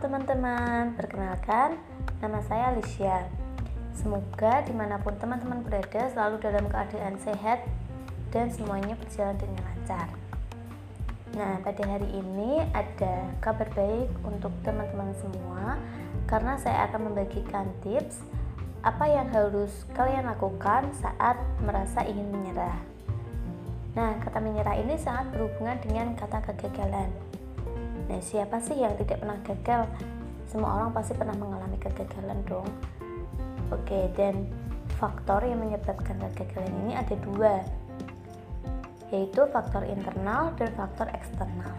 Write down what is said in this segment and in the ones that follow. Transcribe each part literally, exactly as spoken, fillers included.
teman-teman, perkenalkan, nama saya Alicia. Semoga dimanapun teman-teman berada selalu dalam keadaan sehat dan semuanya berjalan dengan lancar. Nah, pada hari ini ada kabar baik untuk teman-teman semua, karena saya akan membagikan tips apa yang harus kalian lakukan saat merasa ingin menyerah. Nah, kata menyerah ini sangat berhubungan dengan kata kegagalan. Nah, siapa sih yang tidak pernah gagal? Semua orang pasti pernah mengalami kegagalan dong. Oke, dan faktor yang menyebabkan kegagalan ini ada dua, yaitu faktor internal dan faktor eksternal.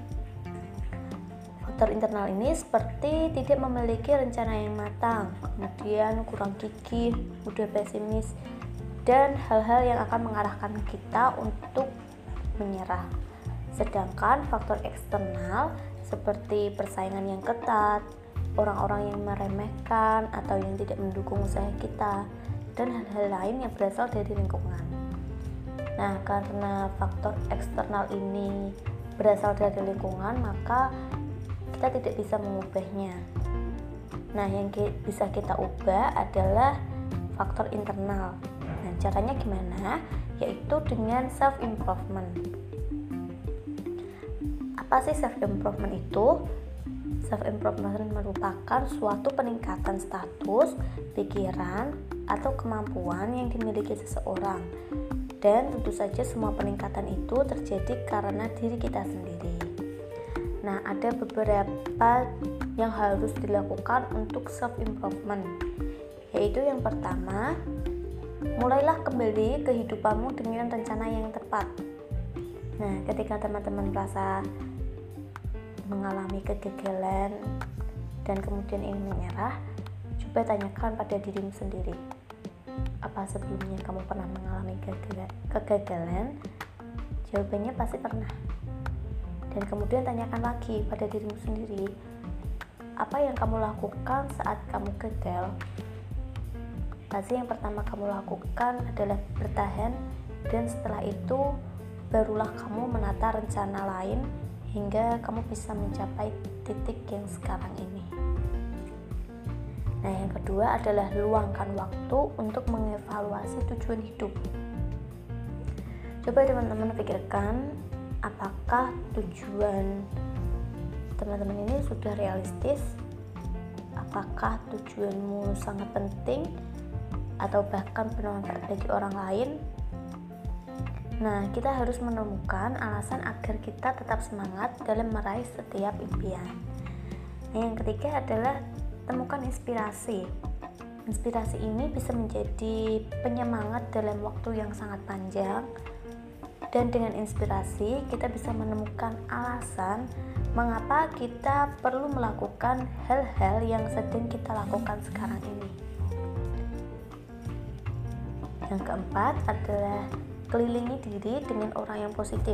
Faktor internal ini seperti tidak memiliki rencana yang matang, kemudian kurang gigih, mudah pesimis, dan hal-hal yang akan mengarahkan kita untuk menyerah. Sedangkan faktor eksternal seperti persaingan yang ketat, orang-orang yang meremehkan atau yang tidak mendukung usaha kita, dan hal-hal lain yang berasal dari lingkungan. Nah, karena faktor eksternal ini berasal dari lingkungan, maka kita tidak bisa mengubahnya. Nah, yang bisa kita ubah adalah faktor internal. Nah, caranya gimana? Yaitu dengan self improvement. Apa sih self improvement itu? Self improvement merupakan suatu peningkatan status, pikiran, atau kemampuan yang dimiliki seseorang. Dan tentu saja semua peningkatan itu terjadi karena diri kita sendiri. Nah, ada beberapa yang harus dilakukan untuk self improvement. Yaitu yang pertama, mulailah kembali kehidupanmu dengan rencana yang tepat. Nah, ketika teman-teman merasa mengalami kegagalan dan kemudian ingin menyerah, coba tanyakan pada dirimu sendiri, apa sebelumnya kamu pernah mengalami kegagalan? Jawabannya pasti pernah. Dan kemudian tanyakan lagi pada dirimu sendiri, apa yang kamu lakukan saat kamu gagal? Pasti yang pertama kamu lakukan adalah bertahan, dan setelah itu barulah kamu menata rencana lain hingga kamu bisa mencapai titik yang sekarang ini. Nah, yang kedua adalah luangkan waktu untuk mengevaluasi tujuan hidup. Coba teman-teman pikirkan, apakah tujuan teman-teman ini sudah realistis? Apakah tujuanmu sangat penting atau bahkan bermanfaat bagi orang lain? Nah, kita harus menemukan alasan agar kita tetap semangat dalam meraih setiap impian. Nah, yang ketiga adalah temukan inspirasi. Inspirasi ini bisa menjadi penyemangat dalam waktu yang sangat panjang. Dan dengan inspirasi, kita bisa menemukan alasan mengapa kita perlu melakukan hal-hal yang sedang kita lakukan sekarang ini. Yang keempat adalah kelilingi diri dengan orang yang positif.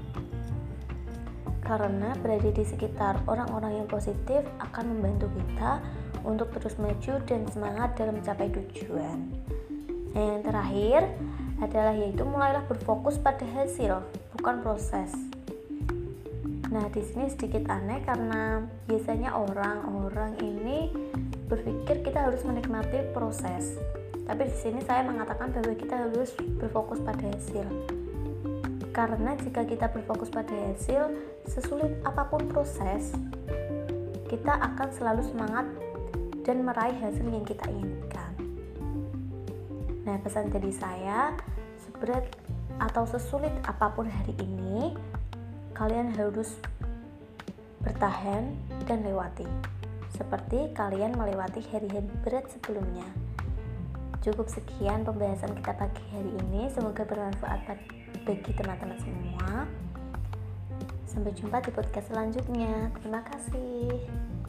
Karena berada di sekitar orang-orang yang positif akan membantu kita untuk terus maju dan semangat dalam mencapai tujuan. Nah, yang terakhir adalah yaitu mulailah berfokus pada hasil, bukan proses. Nah, di sini sedikit aneh karena biasanya orang-orang ini berpikir kita harus menikmati proses. Tapi di sini saya mengatakan bahwa kita harus berfokus pada hasil. Karena jika kita berfokus pada hasil, sesulit apapun proses, kita akan selalu semangat dan meraih hasil yang kita inginkan. Nah, pesan dari saya, seberat atau sesulit apapun hari ini, kalian harus bertahan dan lewati. Seperti kalian melewati hari-hari berat sebelumnya. Cukup sekian pembahasan kita pagi hari ini, semoga bermanfaat bagi teman-teman semua. Sampai jumpa di podcast selanjutnya. Terima kasih.